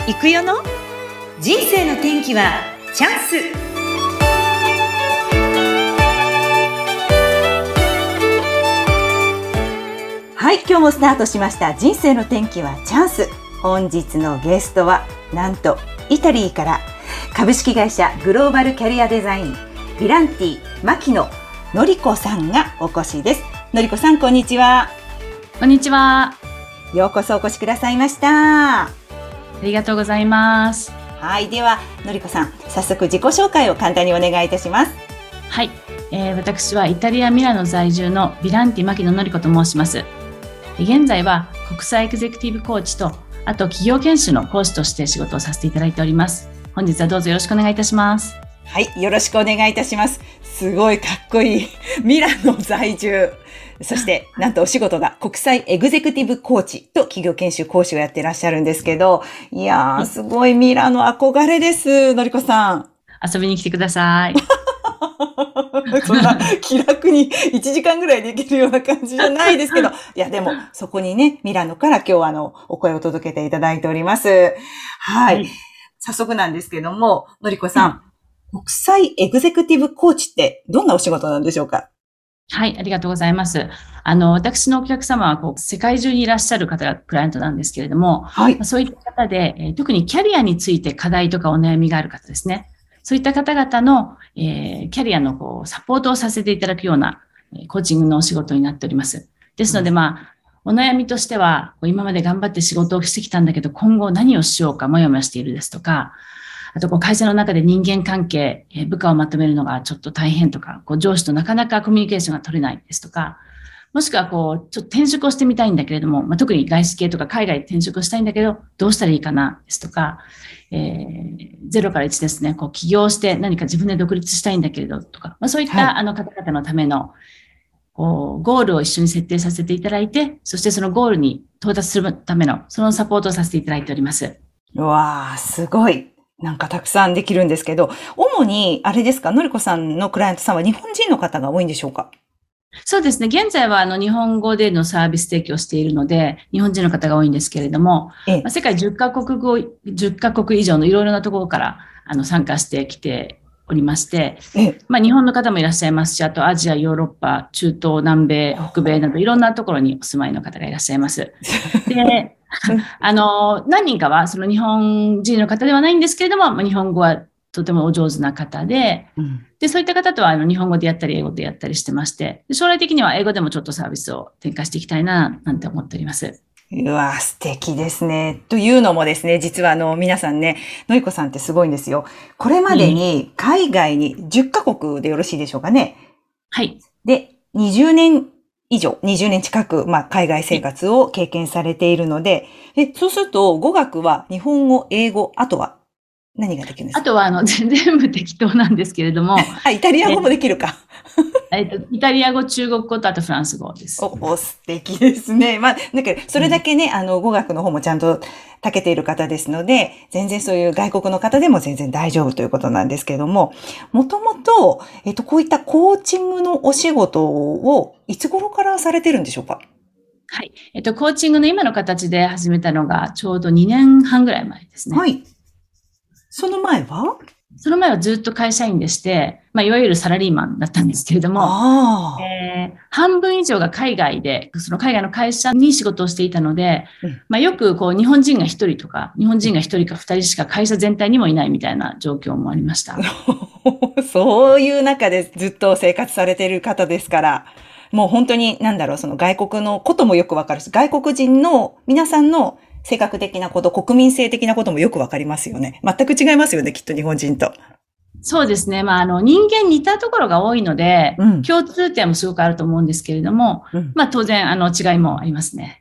行くよの人生の転機はチャンス。はい、今日もスタートしました人生の転機はチャンス。本日のゲストはなんとイタリーから株式会社グローバルキャリアデザインビランティ牧野典子さんがお越しです。典子さん、こんにちは。 こんにちは。 ようこそお越しくださいました。 ありがとうございます。 はい、では典子さん、早速自己紹介を簡単にお願いいたします。 はい、私はイタリア・ミラノ在住のビランティ牧野典子と申します。現在は国際エグゼクティブコーチと、あと企業研修の講師として仕事をさせていただいております。本日はどうぞよろしくお願いいたします。 はい、よろしくお願いいたします。すごいかっこいいミラノ在住、そしてなんとお仕事が国際エグゼクティブコーチと企業研修講師をやってらっしゃるんですけど、いやー、すごいミラノ憧れです。典子さん、 遊びに来てください。 そんな気楽に1時間ぐらいできるような感じじゃないですけど、いやでもそこにね、ミラノから今日はお声を届けていただいております。はい。早速なんですけども、典子さん、国際エグゼクティブコーチってどんなお仕事なんでしょうか？ はい、ありがとうございます。私のお客様は世界中にいらっしゃる方がクライアントなんですけれども、はい、そういった方で、特にキャリアについて課題とかお悩みがある方ですね。そういった方々の、キャリアのサポートをさせていただくような、コーチングのお仕事になっております。ですので、お悩みとしては、今まで頑張って仕事をしてきたんだけど、今後何をしようかもやもやしているですとか、あと会社の中で人間関係、部下をまとめるのがちょっと大変とか、上司となかなかコミュニケーションが取れないですとか、もしくはちょっと転職をしてみたいんだけれども、特に外資系とか海外転職をしたいんだけど、どうしたらいいかなですとか、0から1ですね、起業して何か自分で独立したいんだけれどとか、そういった方々のためのゴールを一緒に設定させていただいて、そしてそのゴールに到達するためのそのサポートをさせていただいております。 うわー、すごい。なんかたくさんできるんですけど、主にあれですか、典子さんのクライアントさんは日本人の方が多いんでしょうか？ そうですね。現在は日本語でのサービス提供をしているので、日本人の方が多いんですけれども、世界10カ国以上のいろいろなところから参加してきておりまして、日本の方もいらっしゃいますし、あとアジア、ヨーロッパ、中東、南米、北米などいろんなところにお住まいの方がいらっしゃいます。で、何人かはその日本人の方ではないんですけれども、日本語はとてもお上手な方で、そういった方とは日本語でやったり英語でやったりしてまして、将来的には英語でもちょっとサービスを展開していきたいな、なんて思っております。 うわ、素敵ですね。というのもですね、実は皆さんね、典子さんってすごいんですよ。これまでに海外に10カ国でよろしいでしょうかね。 はい。 で、20年近く、海外生活を経験されているので、そうすると語学は日本語、英語、あとは何ができるんですか？ あとは全部適当なんですけれども。 イタリア語もできるか。 イタリア語、中国語とあとフランス語です。 素敵ですね。だけど、それだけね、語学の方もちゃんと長けている方ですので、全然そういう外国の方でも全然大丈夫ということなんですけれども、もともと、こういったコーチングのお仕事をいつ頃からされてるんでしょうか？ はい。コーチングの今の形で始めたのがちょうど2年半ぐらい前ですね。 はい。その前はずっと会社員でして、いわゆるサラリーマンだったんですけれども、半分以上が海外で、その海外の会社に仕事をしていたので、よく日本人が1人とか、日本人が1人か2人しか会社全体にもいないみたいな状況もありました。 そういう中でずっと生活されている方ですから、もう本当にその外国のこともよくわかるし、外国人の皆さんの性格的なこと、国民性的なこともよくわかりますよね。全く違いますよね、きっと日本人と。 そうですね。人間似たところが多いので、共通点もすごくあると思うんですけれども、当然、違いもありますね。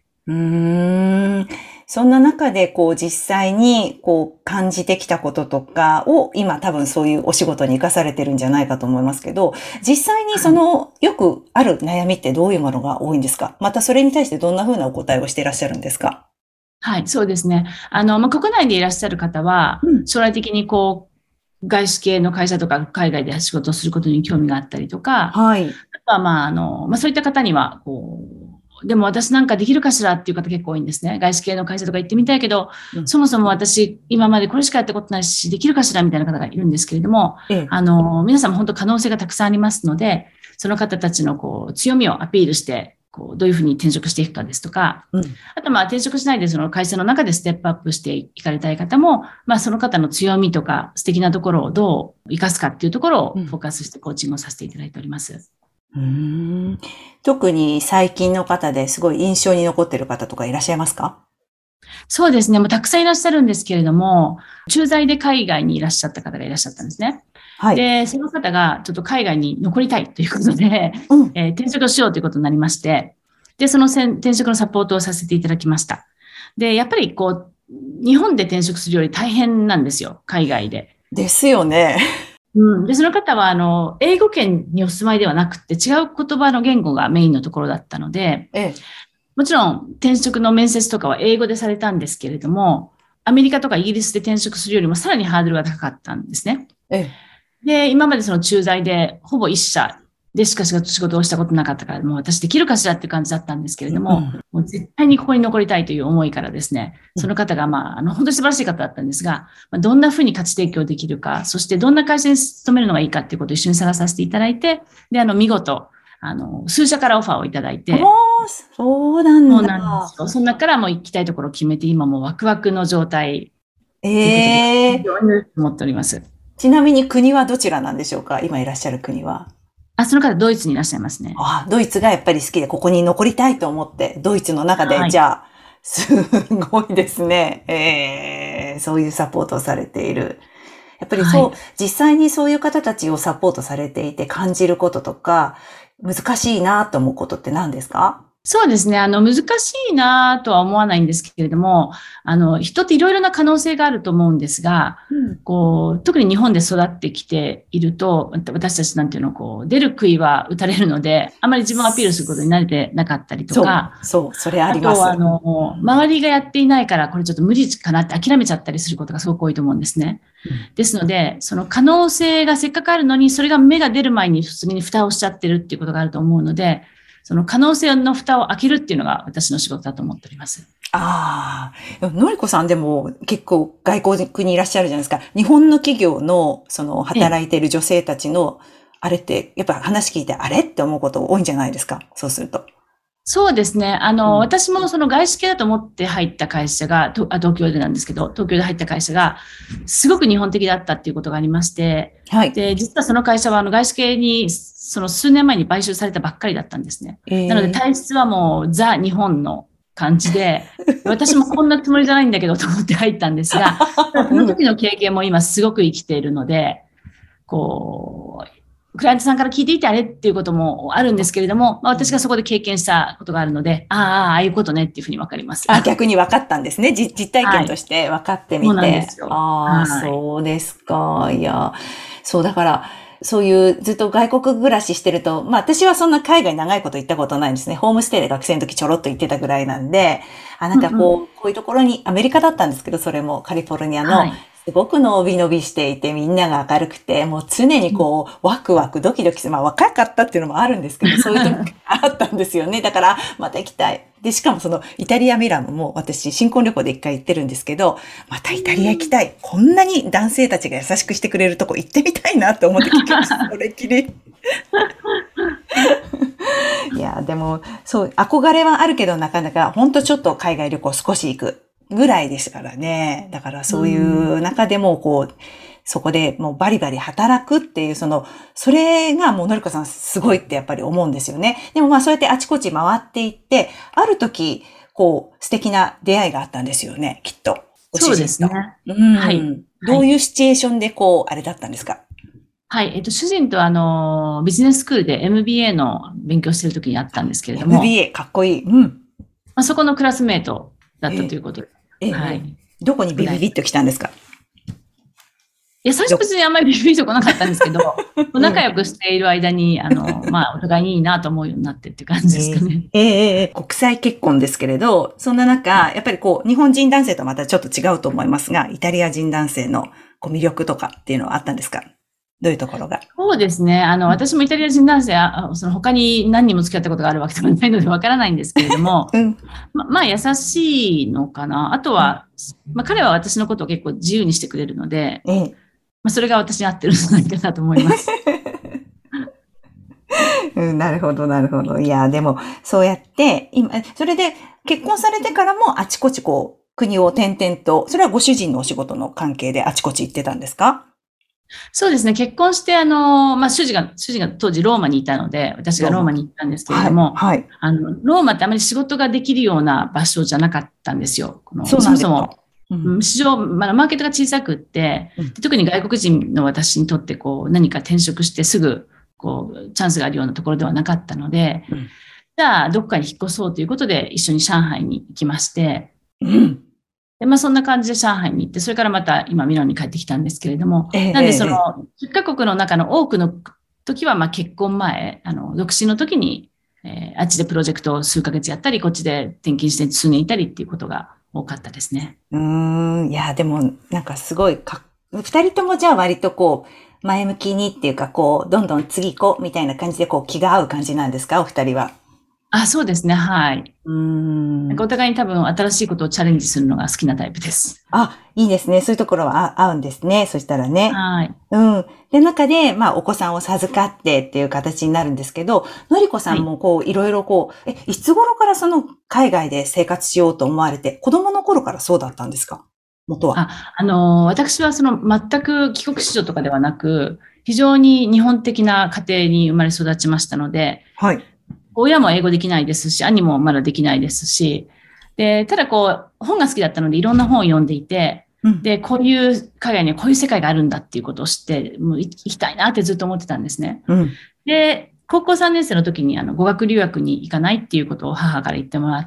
そんな中で、実際に、感じてきたこととかを、今多分そういうお仕事に生かされてるんじゃないかと思いますけど、実際によくある悩みってどういうものが多いんですか？またそれに対してどんな風なお答えをしていらっしゃるんですか？ はい、そうですね。国内でいらっしゃる方は、将来的に外資系の会社とか海外で仕事をすることに興味があったりとか、あとはそういった方には、 でも私なんかできるかしらっていう方結構多いんですね。外資系の会社とか行ってみたいけど、そもそも私今までこれしかやったことないし、できるかしらみたいな方がいるんですけれども、皆さんも本当可能性がたくさんありますので、その方たちの強みをアピールして、どういうふうに転職していくかですとか、あと転職しないでその会社の中でステップアップしていかれたい方も、その方の強みとか素敵なところをどう活かすかっていうところをフォーカスしてコーチングをさせていただいております。 特に最近の方ですごい印象に残っている方とかいらっしゃいますか？ そうですね。もうたくさんいらっしゃるんですけれども、駐在で海外にいらっしゃった方がいらっしゃったんですね。はい。で、その方がちょっと海外に残りたいということで、転職をしようということになりまして、で、その転職のサポートをさせていただきました。で、やっぱり日本で転職するより大変なんですよ、海外で。 ですよね。 で、その方は、英語圏にお住まいではなくて、違う言葉の言語がメインのところだったので、もちろん転職の面接とかは英語でされたんですけれども、アメリカとかイギリスで転職するよりもさらにハードルが高かったんですね。で、今までその駐在でほぼ一社でしか仕事をしたことなかったから、もう私できるかしらっていう感じだったんですけれども、もう絶対にここに残りたいという思いからですね、その方が本当に素晴らしい方だったんですが、どんなふうに価値提供できるか、そしてどんな会社に勤めるのがいいかっていうことを一緒に探させていただいて、で、見事、数社からオファーをいただいて。 そうなんだ。 そうなんですよ。その中からもう行きたいところを決めて、今もうワクワクの状態。非常に思っております。 ちなみに国はどちらなんでしょうか？今いらっしゃる国は。 その方ドイツにいらっしゃいますね。 ドイツがやっぱり好きで、ここに残りたいと思って、ドイツの中で、じゃあ、すごいですね。そういうサポートをされている。やっぱり実際にそういう方たちをサポートされていて感じることとか、難しいなと思うことって何ですか？ そうですね。難しいなとは思わないんですけれども、人っていろいろな可能性があると思うんですが、特に日本で育ってきていると、私たちなんていうの、出る杭は打たれるので、あまり自分をアピールすることに慣れてなかったりとか、 それあります。 あと、周りがやっていないから、これちょっと無理かなって諦めちゃったりすることがすごく多いと思うんですね。ですので、その可能性がせっかくあるのに、それが芽が出る前に普通に蓋をしちゃってるっていうことがあると思うので、その可能性の蓋を開けるっていうのが私の仕事だと思っております。 のりこさんでも結構外国にいらっしゃるじゃないですか。日本の企業のその働いている女性たちのあれってやっぱ話聞いてあれって思うこと多いんじゃないですか？そうすると。 そうですね。私もその外資系だと思って入った会社が、東京でなんですけど、東京で入った会社が、すごく日本的だったっていうことがありまして、で、実はその会社は外資系に、その数年前に買収されたばっかりだったんですね。なので体質はもうザ・日本の感じで、私もこんなつもりじゃないんだけどと思って入ったんですが、その時の経験も今すごく生きているので、クライアントさんから聞いていてあれっていうこともあるんですけれども、私がそこで経験したことがあるので、ああいうことねっていうふうに分かります。 逆に分かったんですね。実体験として分かってみて。 そうなんですよ。 そうですか。いや、そうだから、そういうずっと外国暮らししてると、私はそんな海外長いこと行ったことないんですね。ホームステイで学生の時ちょろっと行ってたぐらいなんで、こういうところに、アメリカだったんですけど、それもカリフォルニアの、すごくのびのびしていて、みんなが明るくて、もう常にワクワクドキドキして、若かったっていうのもあるんですけど、そういう時があったんですよね。だから、また行きたい。で、しかもその、イタリア・ミラノも私、新婚旅行で一回行ってるんですけど、またイタリア行きたい。こんなに男性たちが優しくしてくれるとこ行ってみたいなって思ってきました。それっきり。いや、でも、そう、憧れはあるけど、なかなか、ほんとちょっと海外旅行少し行くぐらいですからね。だからそういう中でも、そこでもうバリバリ働くっていう、それがもうのりこさんすごいってやっぱり思うんですよね。でもそうやってあちこち回っていって、ある時、素敵な出会いがあったんですよね、きっと。 そうですね。 はい。どういうシチュエーションであれだったんですか？ はい。主人とビジネススクールで MBA の勉強してる時にあったんですけれども。 MBA、かっこいい。 そこのクラスメイトだったということで。はい。 どこにビビビッと来たんですか？ いや、最初別にあんまりビビビッと来なかったんですけど、仲良くしている間に、お互いにいいなと思うようになってっていう感じですかね。 国際結婚ですけれど、そんな中、やっぱり日本人男性とまたちょっと違うと思いますが、イタリア人男性の魅力とかっていうのはあったんですか？ どういうところが？ そうですね。私もイタリア人男性、その他に何人も付き合ったことがあるわけではないのでわからないんですけれども、 うん。 まあ優しいのかな。あとは、まあ彼は私のことを結構自由にしてくれるので、 ええ。 まあそれが私に合ってるんじゃないかなと思います。 うん、なるほど、なるほど。いや、でも、そうやって、今、それで、結婚されてからもあちこちこう、国を転々と、それはご主人のお仕事の関係であちこち行ってたんですか？ そうですね。結婚して、まあ主人が当時ローマにいたので、私がローマ。 ローマに行ったんですけれはい、 ども、 はい。 ローマってあまり仕事ができるような場所じゃなかったんですよ。 そうそなんですか。 もそも、 うん。 市場、まあ、マーケットが小さくって、 うん。 で特に外国人の私にとって、こう、何か転職してすぐ、こう、チャンスがあるようなところではなかったので、 うん。 じゃあ、どっかに引っ越そうということで、一緒に上海に行きまして、 うん。 で、まあ、そんな感じで上海に行って、それからまた今、ミラノに帰ってきたんですけれども、 ええ、 なんで、 ええ。 10カ国の中の多くの時は、まあ、結婚前、独身の時に、あっちでプロジェクトを数ヶ月やったり、こっちで転勤して数年いたりっていうことが多かったですね。 うーん。いや、でも、なんかすごい二人ともじゃあ割とこう、前向きにっていうか、こう、どんどん次行こうみたいな感じで、こう、気が合う感じなんですか、お二人は？ あ、そうですね。はい。 うーなんかん。 お互いに多分新しいことをチャレンジするのが好きなタイプです。 あ、いいですね。そういうところは合うんですね。そしたらね。 はい。 うん。で、中で、まあ、お子さんを授かってっていう形になるんですけど、のりこさはい。 んもこう、いろいろこう、いつ頃からその海外で生活しようと思われて、子供の頃からそうだったんですか？元は。 私は全く帰国子女とかではなく、非常に日本的な家庭に生まれ育ちましたので、 はい。 親も英語できないですし、兄もまだできないですし、で、ただこう、本が好きだったのでいろんな本を読んでいて、 うん。 で、こういう海外にはこういう世界があるんだっていうことを知って、もう行きたいなってずっと思ってたんですね。 うん。 で、高校3年生の時に語学留学に行かないっていうことを母から言ってもらって、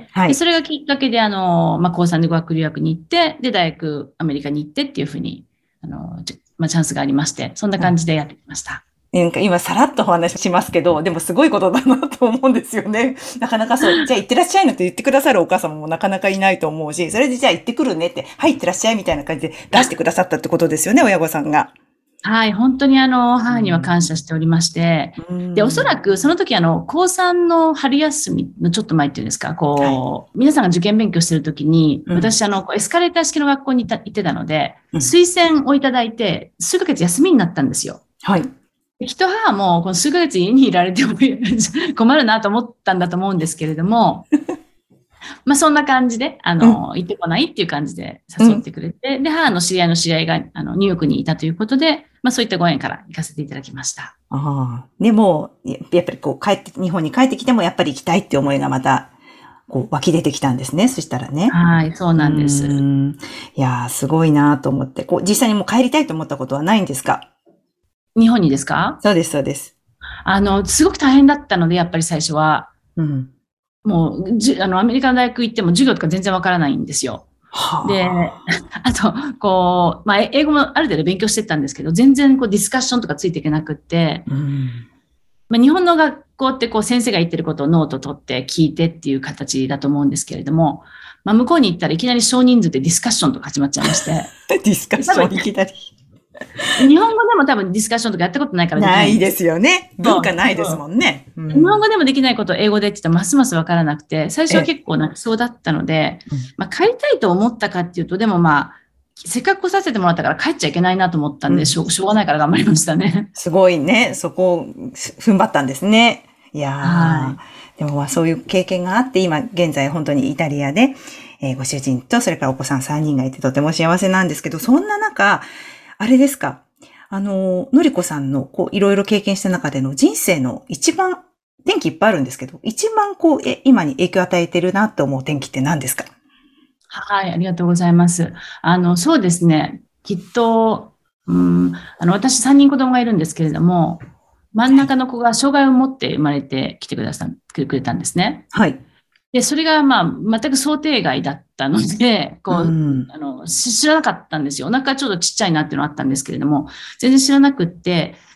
で、 はい。 それがきっかけでまあ、高3で語学留学に行って、で、大学アメリカに行ってっていうふうに、まあ、チャンスがありまして、そんな感じでやってきました。 なんか今さらっとお話ししますけど、でもすごいことだなと思うんですよね。なかなかそう、じゃあ行ってらっしゃいのって言ってくださるお母様もなかなかいないと思うし、それでじゃあ行ってくるねって、はい行ってらっしゃいみたいな感じで出してくださったってことですよね、親御さんが。 はい、本当にう母には感謝しておりまして、 ーで、おそらん。 くその時高3の春休みのちょっと前っていうんですか、 はい。 こう、皆さんが受験勉強してる時に、 うん。 私こうエスカレーター式の学校に行ってたので、 うん。 推薦をいただいて、数ヶ月休みになったんですよ。 はい。 できっと母もこの数ヶ月家にいられても困るなと思ったんだと思うんですけれども、まあそんな感じで、 うん。 行ってこないっていう感じでうん。 誘ってくれて、で、母の知り合いの知り合いが、ニューヨークにいたということで、まあそういったご縁から行かせていただきました。 ああ。でも、やっぱりこう日本に帰ってきてもやっぱり行きたいって思いがまた、こう湧き出てきたんですね。そしたらね。 はい、そううーなんです。 ん。いやー、すごいなと思って。こう、実際にもう帰りたいと思ったことはないんですか？ 日本にですか？ そうです、そうです。 すごく大変だったので、やっぱり最初は、 うん。 もう、アメリカの大学行っても授業とか全然わからないんですよ。で、 はあ。 あと、こう、まあ、英語もある程度勉強してたんですけど、全然こうディスカッションとかついていけなくって、 うん。 まあ、日本の学校ってこう先生が言ってることをノート取って聞いてっていう形だと思うんですけれども、まあ、向こうに行ったらいきなり少人数でディスカッションとか始まっちゃいまして、 ディスカッショ多分、 ンいきなり。 日本語でも多分ディスカッションとかやったことないからできないでないんです。 すよね。文化ないですそう。 もんね。う日本ん。 語でもできないことを英語でって言ったらますますわからなくて、最初はええ。 結構泣きそうだったので、 うん。 まあ、帰りたいと思ったかっていうと、でもまあ、せっかく来させてもらったから帰っちゃいけないなと思ったんで、 うん。 しょうがないから頑張りましたね。 すごいね。そこを踏ん張ったんですね。いやはい。 ー。でもまあそういう経験があって、今現在本当にイタリアで、ご主人とそれからお子さん3人がいてとても幸せなんですけど、そんな中、あれですか。のりこさんのこういろいろ経験した中での人生の一番、転機いっぱいあるんですけど、一番こう、今に影響を与えてるなって思う転機って何ですか？ はい、ありがとうございます。そうですね。きっと、私3人子供がいるんですけれども、真んはい。 中の子が障害を持って生まれてきてくれたんですね。 はい。 で、それがまあ、全く想定外だったので、 うこう、 ん。 知らなかったんですよ。お腹ちょっとちっちゃいなっていうのはあったんですけれども、全然知らなくって、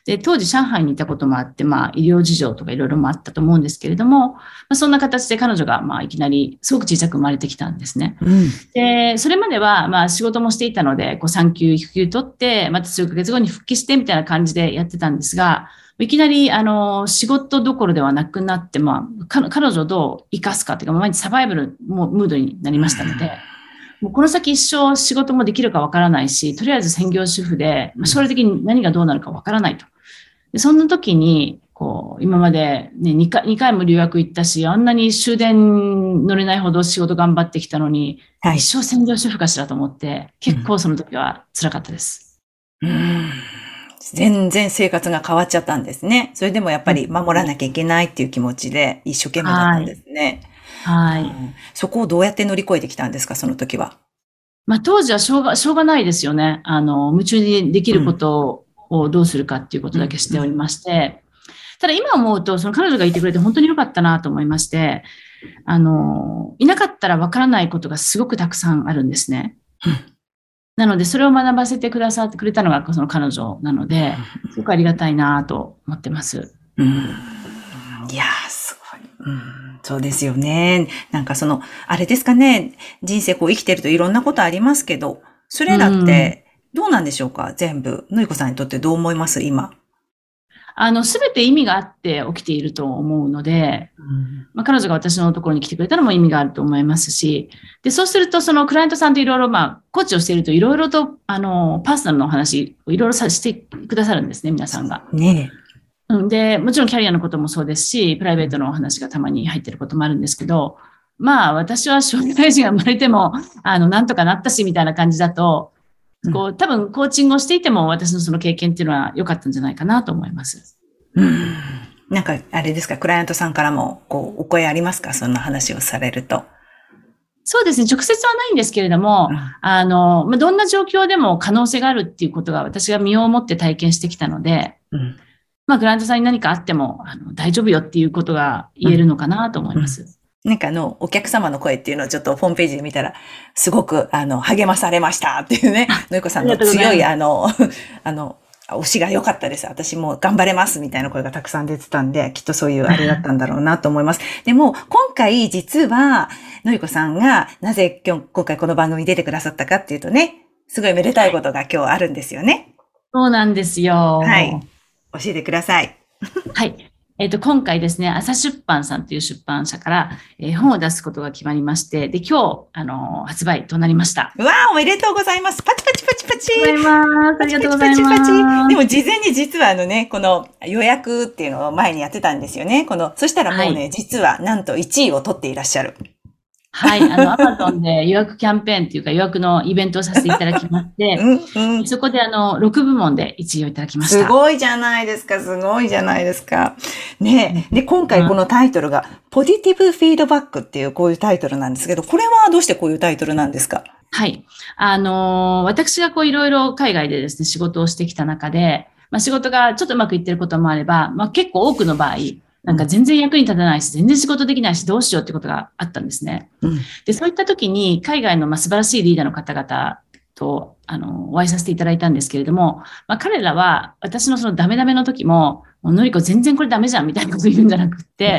で、当時上海にいたこともあって、医療事情とかいろいろもあったと思うんですけれども、そんな形で彼女が、いきなりすごく小さく生まれてきたんですね。で、それまでは、仕事もしていたので、産休、育休取って、また数ヶ月後に復帰してみたいな感じでやってたんですが、いきなり、仕事どころではなくなって、彼女をどう生かすかというか、毎日サバイバルムードになりましたので、もうこの先一生仕事もできるかわからないし、とりあえず専業主婦で、将来的に何がどうなるかわからないと。でそんな時に、今まで、ね、2回も留学行ったし、あんなに終電乗れないほど仕事頑張ってきたのに、一生専業主婦かしらと思って、結構その時は辛かったです。 全然生活が変わっちゃったんですね。それでもやっぱり守らなきゃいけないっていう気持ちで一生懸命だったんですね。 はい。 そこをどうやって乗り越えてきたんですか、その時は。 当時はしょうがないですよね。夢中にできることをどうするかっていうことだけしておりまして。ただ今思うと、その彼女がいてくれて本当に良かったなと思いまして、いなかったらわからないことがすごくたくさんあるんですね。なので、それを学ばせてくれたのがその彼女なので、すごくありがたいなと思ってます。 いやー、すごい。そうですよね。なんかあれですかね、人生生きてるといろんなことありますけど、それらってどうなんでしょうか、全部。のりこさんにとってどう思います今。 すべて意味があって起きていると思うので、彼女が私のところに来てくれたのも意味があると思いますし、で、そうすると、そのクライアントさんといろいろ、コーチをしているといろいろと、パーソナルの話をいろいろしてくださるんですね、皆さんが。 ねえ。で、もちろんキャリアのこともそうですし、プライベートのお話がたまに入ってることもあるんですけど、私は障害児が生まれても、なんとかなったし、みたいな感じだと、多分コーチングをしていても私のその経験っていうのは良かったんじゃないかなと思います。 なんかあれですか、クライアントさんからもお声ありますか、そんな話をされると。 そうですね、直接はないんですけれども、どんな状況でも可能性があるっていうことが私が身をもって体験してきたので、クライアントさんに何かあっても大丈夫よっていうことが言えるのかなと思います。 なんかお客様の声っていうのをちょっとホームページで見たら、すごく、励まされましたっていうね、のりこさんの強い、推しが良かったです。私も頑張れますみたいな声がたくさん出てたんで、きっとそういうあれだったんだろうなと思います。でも、今回実は、のりこさんがなぜ今回この番組に出てくださったかっていうとね、すごいめでたいことが今日あるんですよね。 そうなんですよ。 はい。教えてください。 はい。今回ですね、朝出版さんという出版社から、本を出すことが決まりまして、で、今日、発売となりました。 うわー、おめでとうございます。パチパチパチパチ。 ありがとうございます。ありがとうございます。 でも事前に実はこの予約っていうのを前にやってたんですよね。そしたらもうね、実はなんと1位を取っていらっしゃる。 はい。Amazon で予約キャンペーンっていうか予約のイベントをさせていただきまして、そこで6部門で1位をいただきました。 すごいじゃないですか。すごいじゃないですか。ね。で、今回このタイトルが、ポジティブフィードバックっていうこういうタイトルなんですけど、これはどうしてこういうタイトルなんですか？ はい。私がいろいろ海外でですね、仕事をしてきた中で、仕事がちょっとうまくいってることもあれば、結構多くの場合、なんか全然役に立たないし、全然仕事できないし、どうしようってことがあったんですね。で、そういった時に、海外の素晴らしいリーダーの方々と、お会いさせていただいたんですけれども、彼らは、私のそのダメダメの時も、のりこ全然これダメじゃんみたいなこと言うんじゃなくって、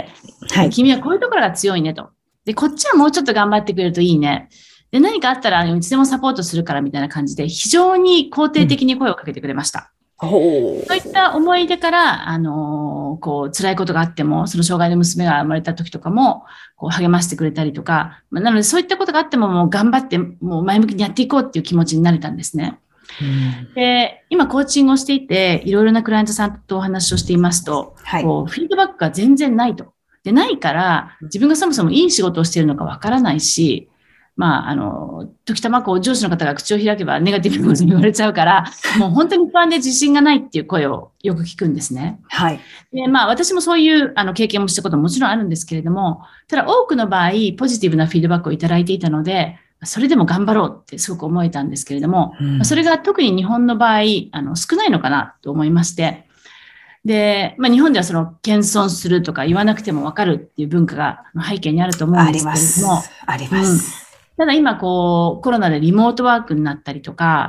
君はこういうところが強いねと。で、こっちはもうちょっと頑張ってくれるといいね。で、何かあったらいつでもサポートするからみたいな感じで、非常に肯定的に声をかけてくれました。そういった思い出から、辛いことがあっても、その障害の娘が生まれた時とかも、励ましてくれたりとか、なのでそういったことがあっても、もう頑張って、もう前向きにやっていこうっていう気持ちになれたんですね。で、今コーチングをしていて、いろいろなクライアントさんとお話をしていますと、フィードバックが全然ないと。で、ないから、自分がそもそもいい仕事をしているのかわからないし、時たま上司の方が口を開けばネガティブなことに言われちゃうから、もう本当に不安で自信がないっていう声をよく聞くんですね。 はい。 で、私もそういう経験もしたことももちろんあるんですけれども、ただ多くの場合、ポジティブなフィードバックをいただいていたので、それでも頑張ろうってすごく思えたんですけれども、それが特に日本の場合、少ないのかなと思いまして、で、日本では謙遜するとか言わなくてもわかるっていう文化が背景にあると思うんですけれども。 あります。 ただ今コロナでリモートワークになったりとか、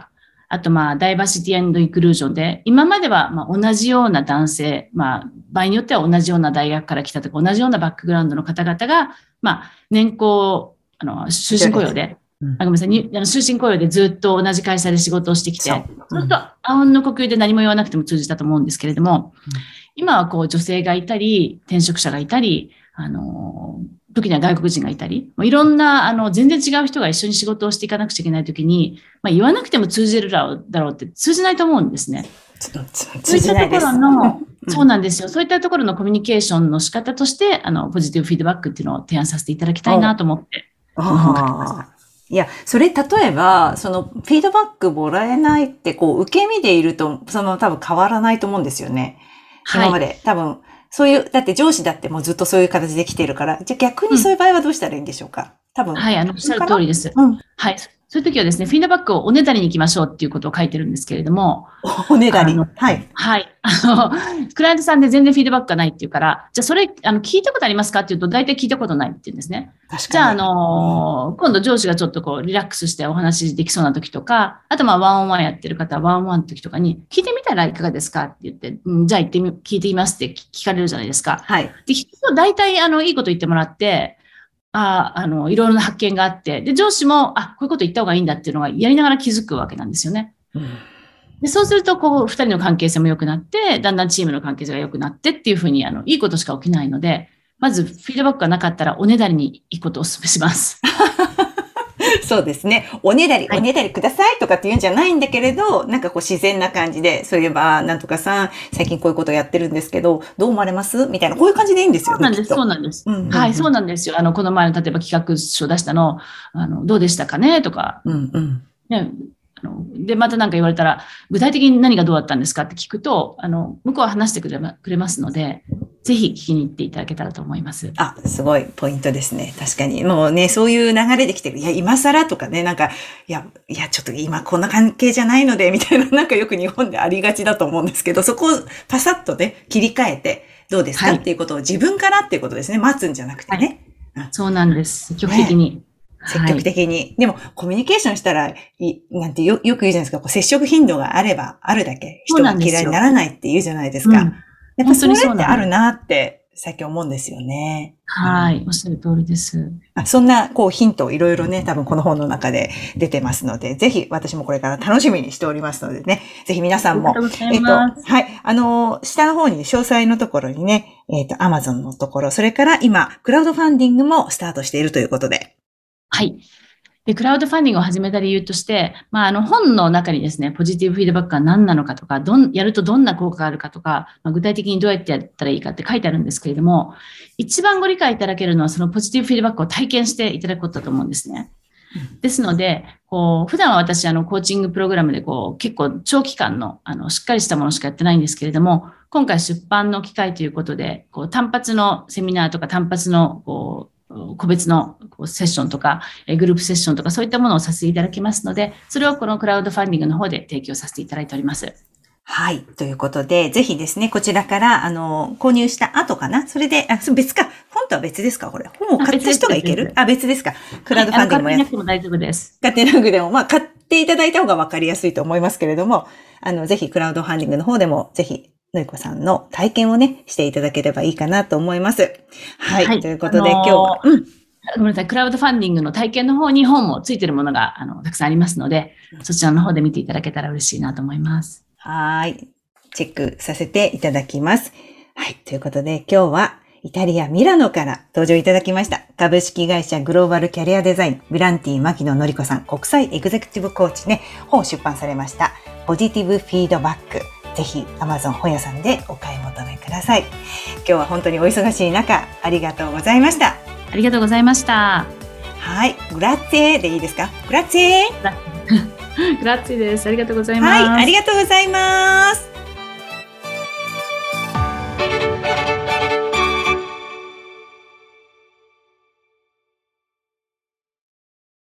あとダイバーシティ&インクルージョンで、今までは同じような男性、場合によっては同じような大学から来たとか、同じようなバックグラウンドの方々が、年功、終身雇用で、ごめんなさい、終身雇用でずっと同じ会社で仕事をしてきて、そうすると、あうんの呼吸で何も言わなくても通じたと思うんですけれども、今は女性がいたり、転職者がいたり、時には外国人がいたり、いろんな、全然違う人が一緒に仕事をしていかなくちゃいけないときに、言わなくても通じるだろうって通じないと思うんですね。そういったところの、そうなんですよ。そういったところのコミュニケーションの仕方として、ポジティブフィードバックっていうのを提案させていただきたいなと思って。 いや、それ、例えば、フィードバックもらえないって、受け身でいると、多分変わらないと思うんですよね。今まで。多分、そういう、だって上司だってもうずっとそういう形で来てるから、じゃあ逆にそういう場合はどうしたらいいんでしょうか？多分。 はい、おっしゃる通りです。はい。そういう時はですね、フィードバックをおねだりに行きましょうっていうことを書いてるんですけれども。 おねだり。はい。 はい。クライアントさんで全然フィードバックがないっていうから、じゃあそれ、聞いたことありますかっていうと、大体聞いたことないって言うんですね。 確かに。 じゃあ、今度上司がちょっとリラックスしてお話できそうな時とか、あとワンオンワンやってる方はワンオンワンの時とかに、聞いてみたらいかがですかって言って、じゃあ聞いてみますって聞かれるじゃないですか。 はい。 で、聞くと大体、いいこと言ってもらって、いろいろな発見があって、で、上司も、こういうこと言った方がいいんだっていうのがやりながら気づくわけなんですよね。で、そうすると、二人の関係性も良くなって、だんだんチームの関係性が良くなってっていうふうに、いいことしか起きないので、まず、フィードバックがなかったら、おねだりに行くことをお勧めします。 そうですね。おねだりくださいとかって言うんじゃないんだけれど、なんか自然な感じで、そういえば、なんとかさん、最近こういうことやってるんですけど、どう思われますみたいな、こういう感じでいいんですよね。 そうなんです。はい、そうなんですよ。この前の、例えば企画書出したの、どうでしたかねとか、ね、で、また何か言われたら、具体的に何がどうだったんですかって聞くと、向こうは話してくれますので、ぜひ聞きに行っていただけたらと思います。 すごいポイントですね。確かに。もうね、そういう流れで来てる。いや、今更とかね、なんか、いや、ちょっと今こんな関係じゃないので、みたいな、なんかよく日本でありがちだと思うんですけど、そこをパサッとね、切り替えて、どうですか、っていうことを自分からっていうことですね。待つんじゃなくてね。 そうなんです。積極的に。 積極的に。でも、コミュニケーションしたら、なんてよく言うじゃないですか。接触頻度があればあるだけ、人が嫌いにならないって言うじゃないですか。やっぱそれってあるなって、最近思うんですよね。 はい。おっしゃる通りです。 そんな、ヒントをいろいろね、多分この本の中で出てますので、ぜひ私もこれから楽しみにしておりますのでね、ぜひ皆さんも、 はい。 下の方に詳細のところにね、Amazon のところ、それから今、クラウドファンディングもスタートしているということで。 はい。で、クラウドファンディングを始めた理由として、本の中にですね、ポジティブフィードバックが何なのかとか、やるとどんな効果があるかとか、具体的にどうやってやったらいいかって書いてあるんですけれども、一番ご理解いただけるのは、そのポジティブフィードバックを体験していただくことだと思うんですね。ですので、普段は私、コーチングプログラムで、結構長期間の、しっかりしたものしかやってないんですけれども、今回出版の機会ということで、単発のセミナーとか単発の、個別のセッションとか、グループセッションとか、そういったものをさせていただきますので、それをこのクラウドファンディングの方で提供させていただいております。 はい。ということで、ぜひですね、こちらから、購入した後かなそれで、別か。本とは別ですかこれ。本を買った人がいける別ですか。クラウドファンディングもやって。 買ってなくても大丈夫です。 買ってなくても、買っていただいた方が分かりやすいと思いますけれども、ぜひクラウドファンディングの方でも、ぜひ、のりこさんの体験をね、していただければいいかなと思います。はい。ということで、今日は、 ごめんなさい。クラウドファンディングの体験の方に本もついているものが、たくさんありますので、そちらの方で見ていただけたら嬉しいなと思います。 はい。チェックさせていただきます。はい。ということで、今日は、イタリア・ミラノから登場いただきました。株式会社グローバルキャリアデザイン、ブランティ牧野のりこさん、国際エグゼクティブコーチね、本を出版されました。ポジティブフィードバック。ぜひ Amazon 本屋さんでお買い求めください。今日は本当にお忙しい中、ありがとうございました。 ありがとうございました。 はい。グラッツェでいいですか？グラッツェグラッツェです。ありがとうございます。 はい。ありがとうございます。